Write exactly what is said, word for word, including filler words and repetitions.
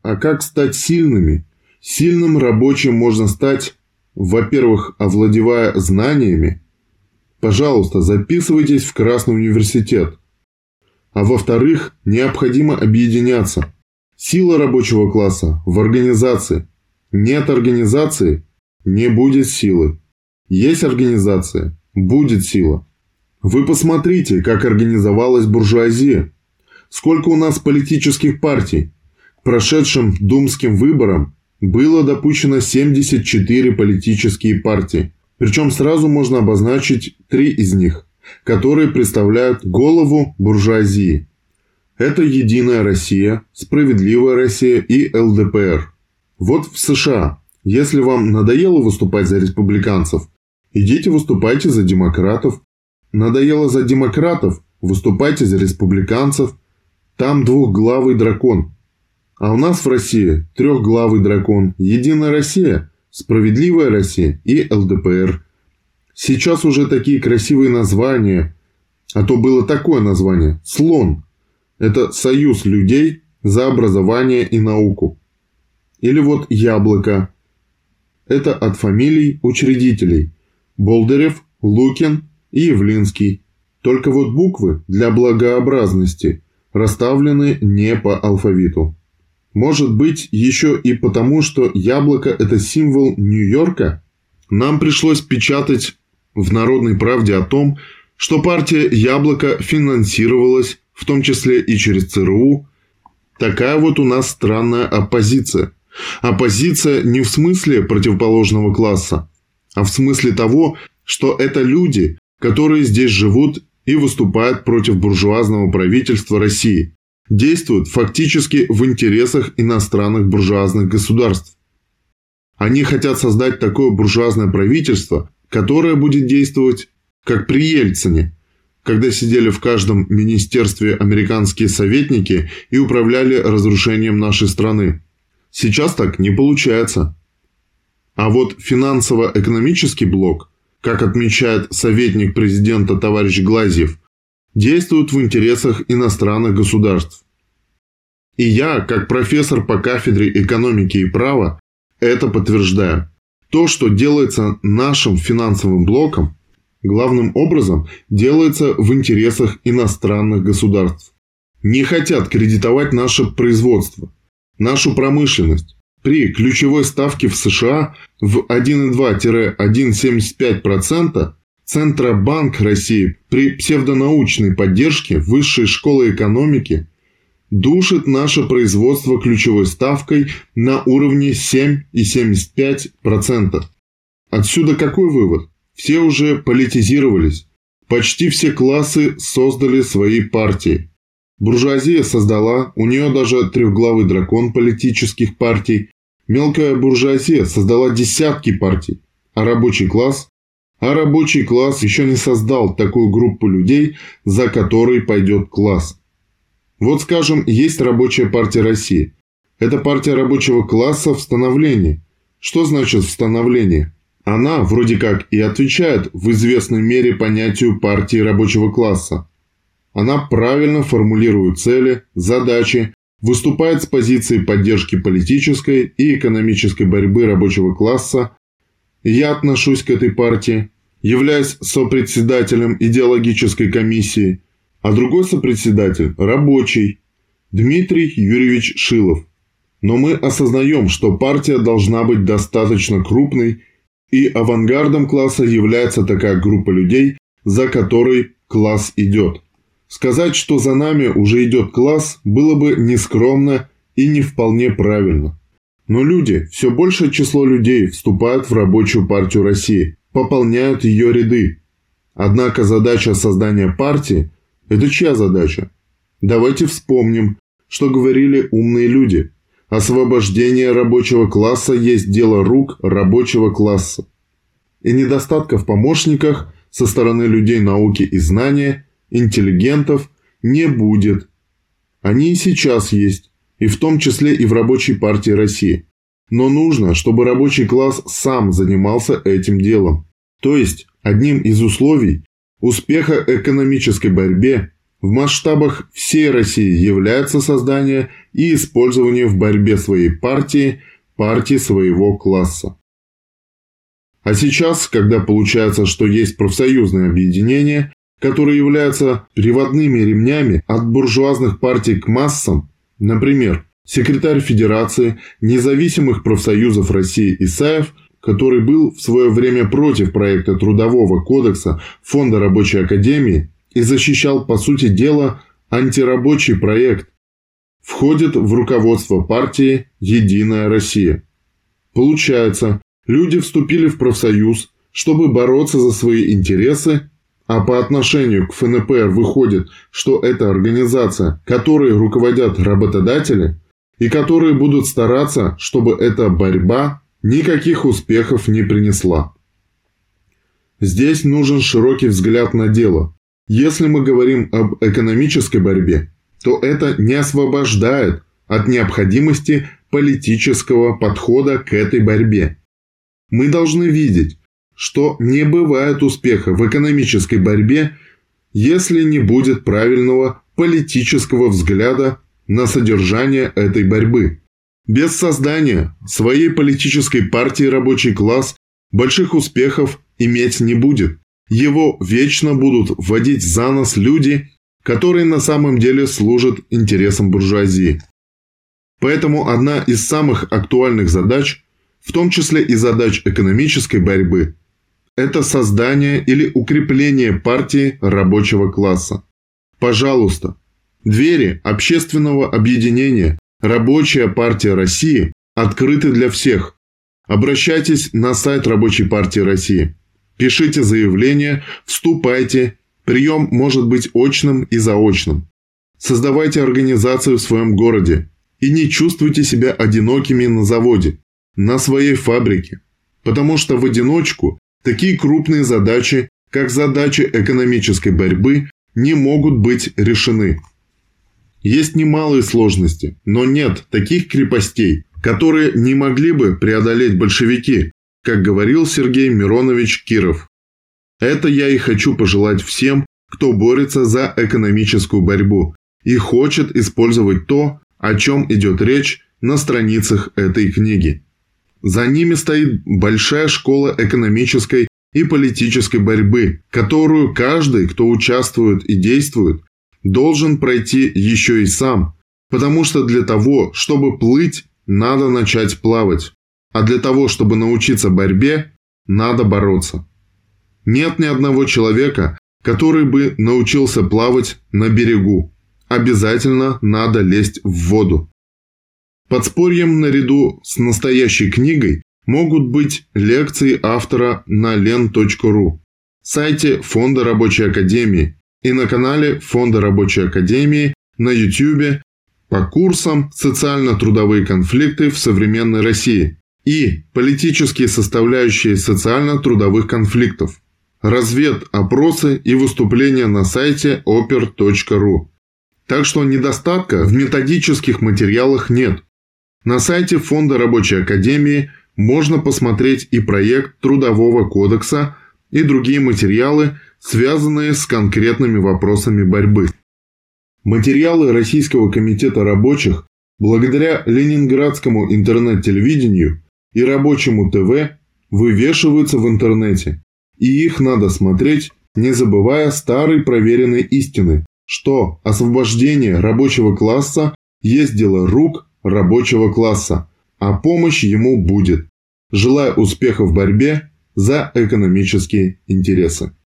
А как стать сильными? Сильным рабочим можно стать, во-первых, овладевая знаниями. Пожалуйста, записывайтесь в Красный университет. А во-вторых, необходимо объединяться. Сила рабочего класса в организации. Нет организации – не будет силы. Есть организация – будет сила. Вы посмотрите, как организовалась буржуазия. Сколько у нас политических партий. К прошедшим думским выборам было допущено семьдесят четыре политические партии. Причем сразу можно обозначить три из них, которые представляют голову буржуазии. Это «Единая Россия», «Справедливая Россия» и эл дэ пэ эр. Вот в США, если вам надоело выступать за республиканцев, идите выступайте за демократов. Надоело за демократов, выступайте за республиканцев. Там двухглавый дракон. А у нас в России трехглавый дракон. Единая Россия, Справедливая Россия и эл дэ пэ эр. Сейчас уже такие красивые названия. А то было такое название – «Слон». Это союз людей за образование и науку. Или вот «Яблоко». Это от фамилий учредителей – Болдырев, Лукин и Явлинский. Только вот буквы для благообразности расставлены не по алфавиту. Может быть, еще и потому, что яблоко – это символ Нью-Йорка? Нам пришлось печатать в «Народной правде» о том, что партия «Яблоко» финансировалась, в том числе и через цэ эр у. Такая вот у нас странная оппозиция. Оппозиция не в смысле противоположного класса, а в смысле того, что это люди, которые здесь живут и выступают против буржуазного правительства России, действуют фактически в интересах иностранных буржуазных государств. Они хотят создать такое буржуазное правительство, которое будет действовать, как при Ельцине, когда сидели в каждом министерстве американские советники и управляли разрушением нашей страны. Сейчас так не получается. А вот финансово-экономический блок, как отмечает советник президента товарищ Глазьев, действует в интересах иностранных государств. И я, как профессор по кафедре экономики и права, это подтверждаю. То, что делается нашим финансовым блоком, главным образом делается в интересах иностранных государств. Не хотят кредитовать наше производство, нашу промышленность. При ключевой ставке в США в один и два - один и семьдесят пять сотых процента Центробанк России при псевдонаучной поддержке Высшей школы экономики душит наше производство ключевой ставкой на уровне семь и семьдесят пять сотых процента. Отсюда какой вывод? Все уже политизировались. Почти все классы создали свои партии. Буржуазия создала, у нее даже трехглавый дракон политических партий. Мелкая буржуазия создала десятки партий. А рабочий класс? А рабочий класс еще не создал такую группу людей, за которой пойдет класс. Вот скажем, есть Рабочая партия России. Это партия рабочего класса в становлении. Что значит в становлении? Она вроде как и отвечает в известной мере понятию партии рабочего класса. Она правильно формулирует цели, задачи, выступает с позиции поддержки политической и экономической борьбы рабочего класса. Я отношусь к этой партии, являюсь сопредседателем идеологической комиссии, а другой сопредседатель – рабочий, Дмитрий Юрьевич Шилов. Но мы осознаем, что партия должна быть достаточно крупной, и авангардом класса является такая группа людей, за которой класс идет. Сказать, что за нами уже идет класс, было бы нескромно и не вполне правильно. Но люди, все большее число людей вступают в Рабочую партию России, пополняют ее ряды. Однако задача создания партии – это чья задача? Давайте вспомним, что говорили умные люди. Освобождение рабочего класса есть дело рук рабочего класса. И недостатка в помощниках со стороны людей науки и знания, интеллигентов, не будет. Они и сейчас есть, и в том числе и в Рабочей партии России. Но нужно, чтобы рабочий класс сам занимался этим делом. То есть, одним из условий успеха экономической борьбе в масштабах всей России является создание и использование в борьбе своей партии, партии своего класса. А сейчас, когда получается, что есть профсоюзные объединения, которые являются приводными ремнями от буржуазных партий к массам, например, секретарь Федерации независимых профсоюзов России Исаев, который был в свое время против проекта Трудового кодекса Фонда Рабочей Академии и защищал, по сути дела, антирабочий проект, входит в руководство партии «Единая Россия». Получается, люди вступили в профсоюз, чтобы бороться за свои интересы, а по отношению к эф эн пэ эр выходит, что это организация, которой руководят работодатели, и которые будут стараться, чтобы эта борьба никаких успехов не принесла. Здесь нужен широкий взгляд на дело. Если мы говорим об экономической борьбе, то это не освобождает от необходимости политического подхода к этой борьбе. Мы должны видеть, что не бывает успеха в экономической борьбе, если не будет правильного политического взгляда на содержание этой борьбы. Без создания своей политической партии рабочий класс больших успехов иметь не будет. Его вечно будут вводить за нос люди, которые на самом деле служат интересам буржуазии. Поэтому одна из самых актуальных задач, в том числе и задач экономической борьбы, это создание или укрепление партии рабочего класса. Пожалуйста, двери общественного объединения «Рабочая партия России» открыты для всех. Обращайтесь на сайт Рабочей партии России. Пишите заявление, вступайте. Прием может быть очным и заочным. Создавайте организацию в своем городе. И не чувствуйте себя одинокими на заводе, на своей фабрике. Потому что в одиночку такие крупные задачи, как задачи экономической борьбы, не могут быть решены. Есть немалые сложности, но нет таких крепостей, которые не могли бы преодолеть большевики, как говорил Сергей Миронович Киров. Это я и хочу пожелать всем, кто борется за экономическую борьбу и хочет использовать то, о чем идет речь на страницах этой книги. За ними стоит большая школа экономической и политической борьбы, которую каждый, кто участвует и действует, должен пройти еще и сам, потому что для того, чтобы плыть, надо начать плавать, а для того, чтобы научиться борьбе, надо бороться. Нет ни одного человека, который бы научился плавать на берегу. Обязательно надо лезть в воду. Подспорьем наряду с настоящей книгой могут быть лекции автора на лен точка ру, сайте Фонда Рабочей Академии и на канале Фонда Рабочей Академии на ютубе по курсам «Социально-трудовые конфликты в современной России» и «Политические составляющие социально-трудовых конфликтов», разведопросы и выступления на сайте опер точка ру. Так что недостатка в методических материалах нет. На сайте Фонда Рабочей Академии можно посмотреть и проект Трудового кодекса, и другие материалы, связанные с конкретными вопросами борьбы. Материалы Российского комитета рабочих, благодаря Ленинградскому интернет-телевидению и Рабочему ТВ, вывешиваются в интернете, и их надо смотреть, не забывая старой проверенной истины, что освобождение рабочего класса есть дело рук рабочего класса, а помощь ему будет. Желаю успеха в борьбе за экономические интересы.